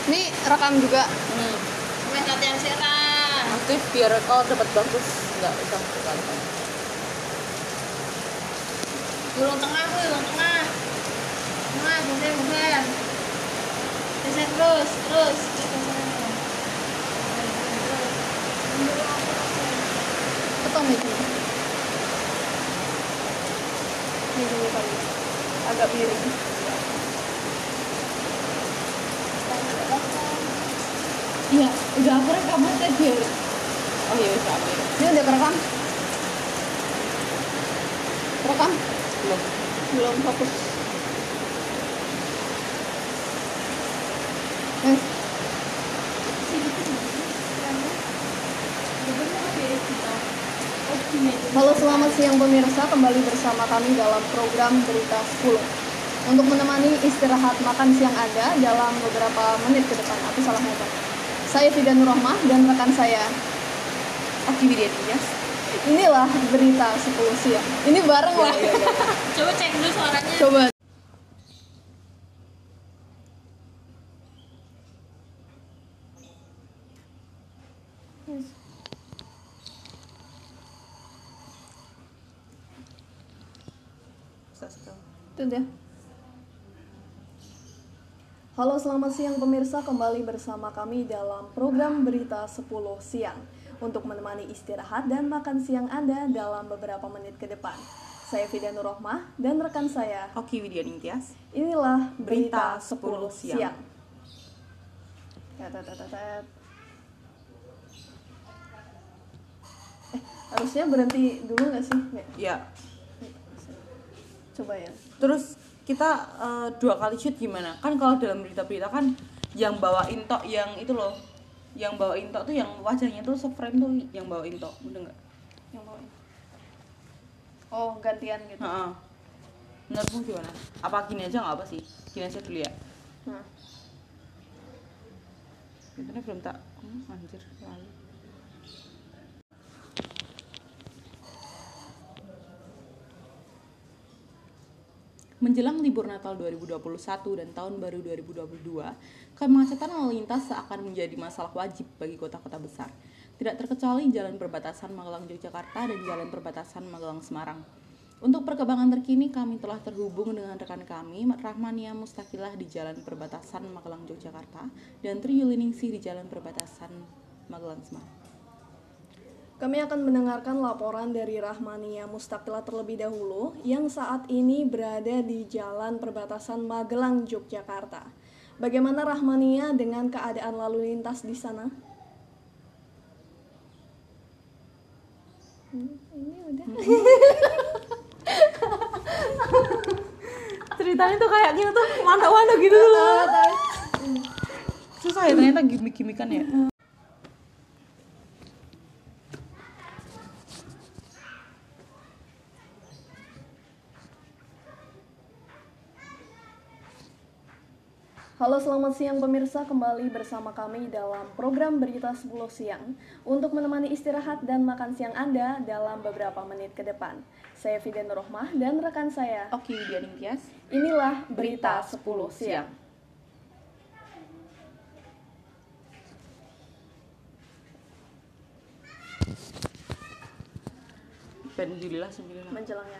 Ini rekam juga. Latihan serang. Aktif biar kalau dapat bagus nggak usah sekali. Gulung tengah, gulung tengah. Tengah, geser. Geser terus. Potong itu. Ini dulu kali. Agak miring. Iya, udah aku rekam aja biar. Oh iya udah ambil. Ini udah kerekam? Rekam? Belum fokus. Halo, selamat siang pemirsa, kembali bersama kami dalam program Berita 10 untuk menemani istirahat makan siang Anda dalam beberapa menit ke depan. Aku salah ngomong. Saya Fida Nurrohmah dan rekan saya Oki Widianityas. Inilah Berita 10 siang. Ini bareng lah. Ya. Coba cek dulu suaranya. Coba. Itu dia. Halo, selamat siang pemirsa, kembali bersama kami dalam program Berita 10 siang untuk menemani istirahat dan makan siang Anda dalam beberapa menit ke depan. Saya Fida Nurrohmah dan rekan saya Oki Widianityas. Inilah Berita Berita 10 10 siang. siang. Harusnya berhenti dulu nggak sih? Nggak. Ya. Coba ya. Terus kita 2 kali shoot gimana? Kan kalau dalam berita-berita kan yang bawain tok yang itu loh. Yang bawain tok tuh yang wajahnya tuh se-frame tuh yang bawain tok, bener enggak? Yang bawah. Oh, gantian gitu. Heeh. Menurutmu gimana? Apa gini aja nggak apa sih? Gini aja dulu ya. Nah. Internet belum tak. Anjir, lalu. Menjelang libur Natal 2021 dan Tahun Baru 2022, kemacetan lalu lintas seakan menjadi masalah wajib bagi kota-kota besar. Tidak terkecuali jalan perbatasan Magelang Yogyakarta dan jalan perbatasan Magelang Semarang. Untuk perkembangan terkini, kami telah terhubung dengan rekan kami, Rahmania Mustaqilah di jalan perbatasan Magelang Yogyakarta dan Tri Yuliningsih di jalan perbatasan Magelang Semarang. Kami akan mendengarkan laporan dari Rahmania Mustaqilah terlebih dahulu yang saat ini berada di jalan perbatasan Magelang, Yogyakarta. Bagaimana Rahmania dengan keadaan lalu lintas di sana? Ini udah. Ceritanya tuh kayak gitu tuh mana-mana gitu loh. Susah ya ternyata gimmick-gimmickan ya. Halo, selamat siang pemirsa, kembali bersama kami dalam program Berita 10 siang untuk menemani istirahat dan makan siang Anda dalam beberapa menit ke depan. Saya Fida Nurrohmah dan rekan saya Oki Widianityas. Inilah Berita 10 siang. Alhamdulillah, sembilan. Menjelangnya.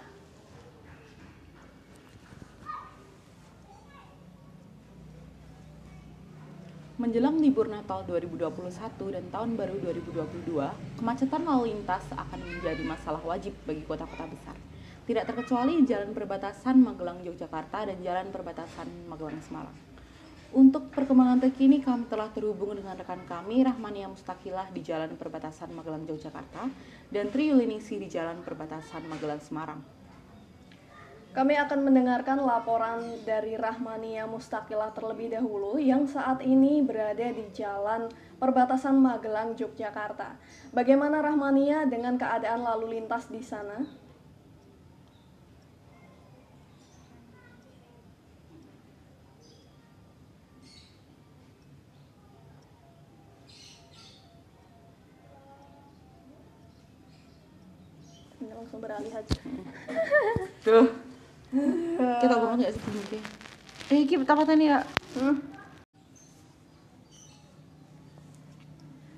Menjelang libur Natal 2021 dan Tahun Baru 2022, kemacetan lalu lintas akan menjadi masalah wajib bagi kota-kota besar. Tidak terkecuali jalan perbatasan Magelang Yogyakarta dan jalan perbatasan Magelang Semarang. Untuk perkembangan terkini, kami telah terhubung dengan rekan kami, Rahmania Mustaqilah di jalan perbatasan Magelang Yogyakarta dan Tri Yuliningsih di jalan perbatasan Magelang Semarang. Kami akan mendengarkan laporan dari Rahmania Mustaqilah terlebih dahulu yang saat ini berada di jalan perbatasan Magelang, Yogyakarta. Bagaimana Rahmania dengan keadaan lalu lintas di sana? Ini langsung beralih aja. Tuh. Kita banget gak sih ini? Kita apa tadi ya?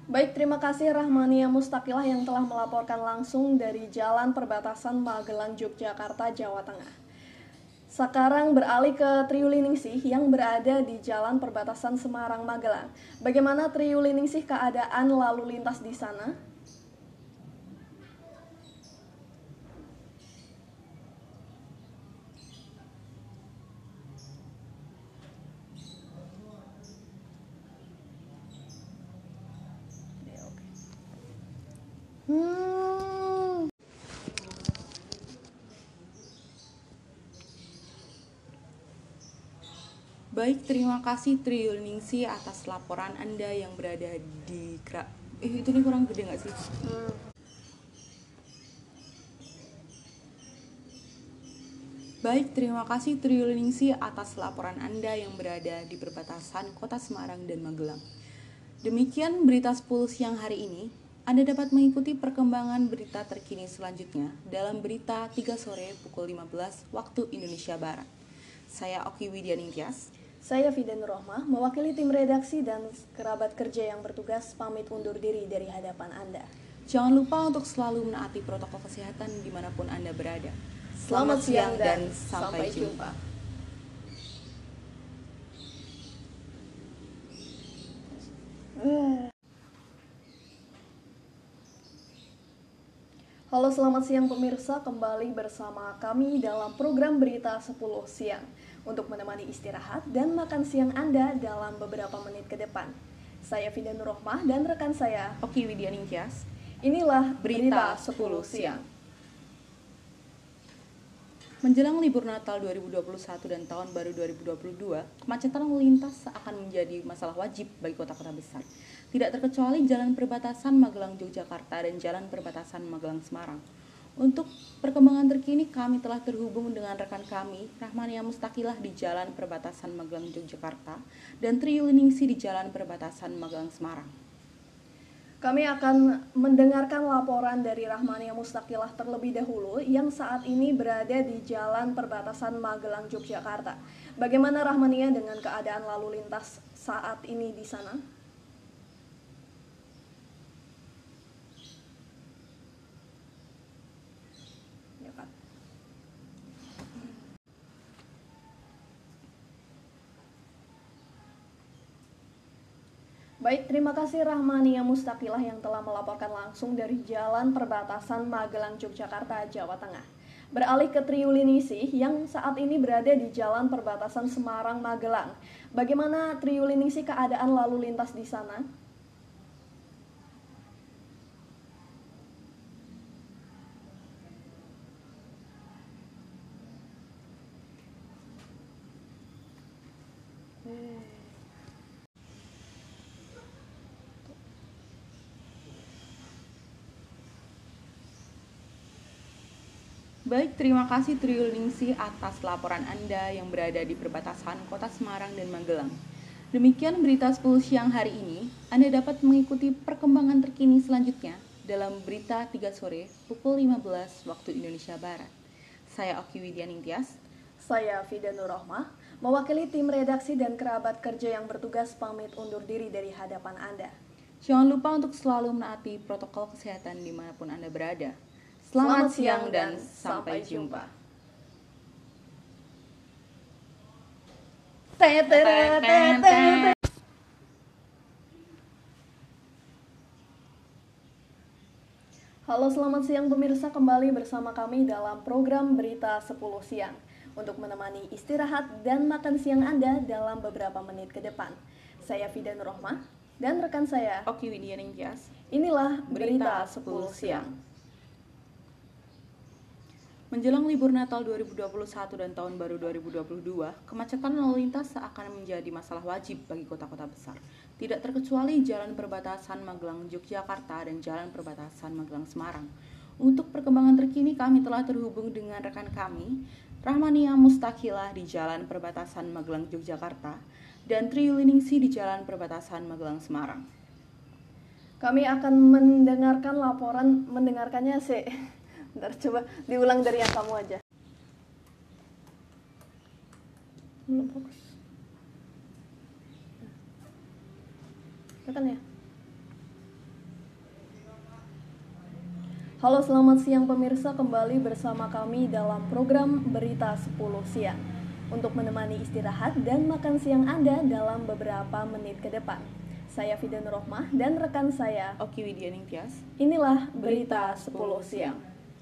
Baik, terima kasih Rahmania Mustaqilah yang telah melaporkan langsung dari Jalan Perbatasan Magelang, Yogyakarta, Jawa Tengah. Sekarang beralih ke Triuliningsih yang berada di Jalan Perbatasan Semarang, Magelang. Bagaimana Triuliningsih keadaan lalu lintas di sana? Baik, terima kasih Triuningsih atas laporan Anda yang berada di itu nih kurang gede nggak sih? Baik, terima kasih Triuningsih atas laporan Anda yang berada di perbatasan Kota Semarang dan Magelang. Demikian berita 10 siang hari ini. Anda dapat mengikuti perkembangan berita terkini selanjutnya dalam berita 3 sore pukul 15 waktu Indonesia Barat. Saya Oki Widyaningtyas. Saya Fida Nurrohmah, mewakili tim redaksi dan kerabat kerja yang bertugas pamit undur diri dari hadapan Anda. Jangan lupa untuk selalu menaati protokol kesehatan dimanapun Anda berada. Selamat siang dan sampai jumpa. Halo, selamat siang pemirsa, kembali bersama kami dalam program Berita 10 Siang untuk menemani istirahat dan makan siang Anda dalam beberapa menit ke depan. Saya Fida Nurrohmah dan rekan saya Oki Widyaningtyas. Inilah Berita 10 Siang. Menjelang libur Natal 2021 dan Tahun Baru 2022, kemacetan lalu lintas akan menjadi masalah wajib bagi kota-kota besar. Tidak terkecuali jalan perbatasan Magelang Yogyakarta dan jalan perbatasan Magelang Semarang. Untuk perkembangan terkini kami telah terhubung dengan rekan kami, Rahmania Mustaqilah di jalan perbatasan Magelang Yogyakarta dan Triuliningsih di jalan perbatasan Magelang Semarang. Kami akan mendengarkan laporan dari Rahmania Mustaqilah terlebih dahulu yang saat ini berada di jalan perbatasan Magelang Yogyakarta. Bagaimana Rahmania dengan keadaan lalu lintas saat ini di sana? Ya, Kak. Baik, terima kasih Rahmania Mustaqilah yang telah melaporkan langsung dari Jalan Perbatasan Magelang Yogyakarta, Jawa Tengah. Beralih ke Triuliningsih yang saat ini berada di Jalan Perbatasan Semarang Magelang. Bagaimana Triuliningsih keadaan lalu lintas di sana? Baik, terima kasih Triuliningsih atas laporan Anda yang berada di perbatasan Kota Semarang dan Magelang. Demikian berita 10 siang hari ini. Anda dapat mengikuti perkembangan terkini selanjutnya dalam berita 3 sore pukul 15 waktu Indonesia Barat. Saya Oki Widyaningtyas. Saya Fida Nurrohmah, mewakili tim redaksi dan kerabat kerja yang bertugas pamit undur diri dari hadapan Anda. Jangan lupa untuk selalu menaati protokol kesehatan dimanapun Anda berada. Selamat siang dan sampai jumpa. Halo, selamat siang pemirsa, kembali bersama kami dalam program Berita 10 Siang untuk menemani istirahat dan makan siang Anda dalam beberapa menit ke depan. Saya Fida Nurrohmah dan rekan saya Oki Widyaningtyas. Inilah Berita 10 Siang. Menjelang libur Natal 2021 dan Tahun Baru 2022, kemacetan lalu lintas akan menjadi masalah wajib bagi kota-kota besar. Tidak terkecuali jalan perbatasan Magelang Yogyakarta dan jalan perbatasan Magelang Semarang. Untuk perkembangan terkini kami telah terhubung dengan rekan kami, Rahmania Mustaqilah di jalan perbatasan Magelang Yogyakarta dan Triuliningsih di jalan perbatasan Magelang Semarang. Kami akan mendengarkannya sih. Bentar, coba diulang dari yang kamu aja. Belum fokus. Tekan ya. Halo, selamat siang pemirsa, kembali bersama kami dalam program Berita 10 Siang untuk menemani istirahat dan makan siang Anda dalam beberapa menit ke depan. Saya Fida Nurrohmah dan rekan saya Oki Widianing Tias. Inilah Berita 10 Siang.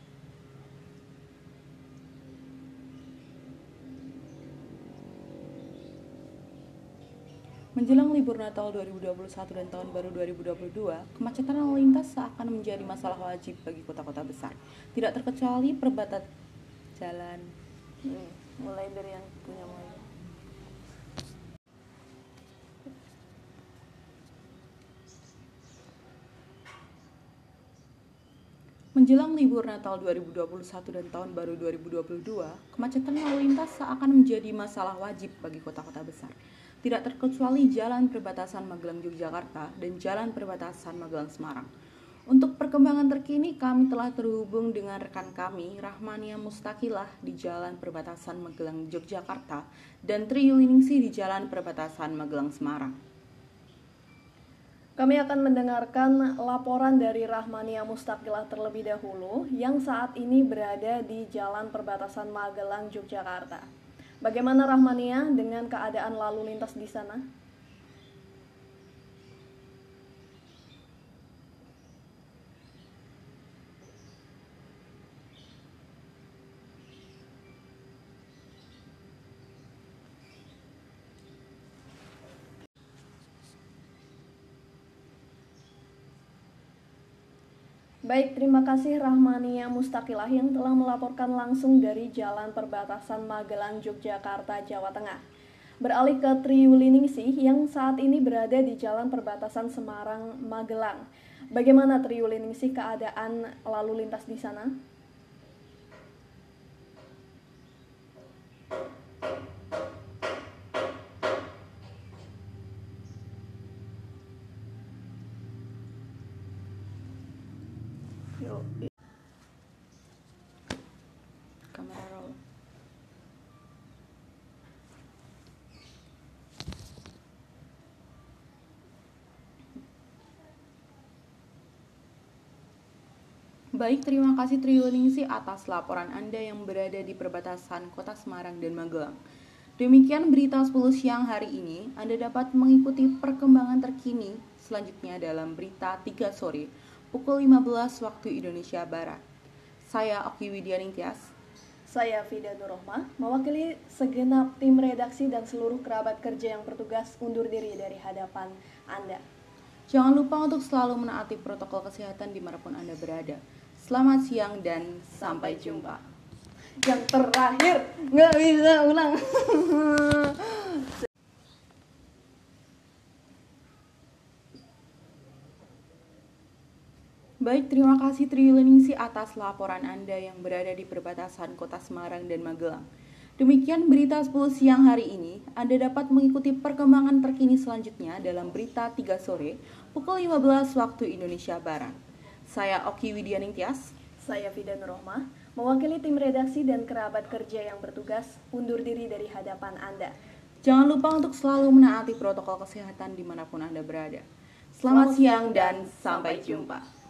Menjelang libur Natal 2021 dan Tahun Baru 2022, kemacetan lalu lintas seakan menjadi masalah wajib bagi kota-kota besar. Tidak terkecuali perbatasan jalan. Mulai dari yang punya mulai. Menjelang libur Natal 2021 dan Tahun Baru 2022, kemacetan lalu lintas seakan menjadi masalah wajib bagi kota-kota besar. Tidak terkecuali jalan perbatasan Magelang Yogyakarta dan jalan perbatasan Magelang Semarang. Untuk perkembangan terkini, kami telah terhubung dengan rekan kami, Rahmania Mustaqilah di jalan perbatasan Magelang Yogyakarta dan Tri Yuliningsih di jalan perbatasan Magelang Semarang. Kami akan mendengarkan laporan dari Rahmania Mustaqilah terlebih dahulu yang saat ini berada di jalan perbatasan Magelang Yogyakarta. Bagaimana Rahmania dengan keadaan lalu lintas di sana? Baik, terima kasih Rahmania Mustaqilah yang telah melaporkan langsung dari jalan perbatasan Magelang Yogyakarta, Jawa Tengah. Beralih ke Tri Yuliningsih yang saat ini berada di jalan perbatasan Semarang Magelang. Bagaimana Tri Yuliningsih keadaan lalu lintas di sana? Kamera roll. Baik, terima kasih Tri Yuliningsih atas laporan Anda yang berada di perbatasan Kota Semarang dan Magelang. Demikian berita 10 siang hari ini. Anda dapat mengikuti perkembangan terkini selanjutnya dalam berita 3 sore pukul 15 waktu Indonesia Barat. Saya Oki Widianing Tias. Saya Fida Nurrohmah, mewakili segenap tim redaksi dan seluruh kerabat kerja yang bertugas undur diri dari hadapan Anda. Jangan lupa untuk selalu menaati protokol kesehatan dimanapun Anda berada. Selamat siang dan sampai jumpa. Yang terakhir, nggak bisa ulang. Baik, terima kasih Tri Yuliningsih atas laporan Anda yang berada di perbatasan Kota Semarang dan Magelang. Demikian berita 10 siang hari ini. Anda dapat mengikuti perkembangan terkini selanjutnya dalam berita 3 sore pukul 15 waktu Indonesia Barat. Saya Oki Widianing Tias. Saya Fida Nurrohmah, mewakili tim redaksi dan kerabat kerja yang bertugas undur diri dari hadapan Anda. Jangan lupa untuk selalu menaati protokol kesehatan dimanapun Anda berada. Selamat siang dan sampai jumpa.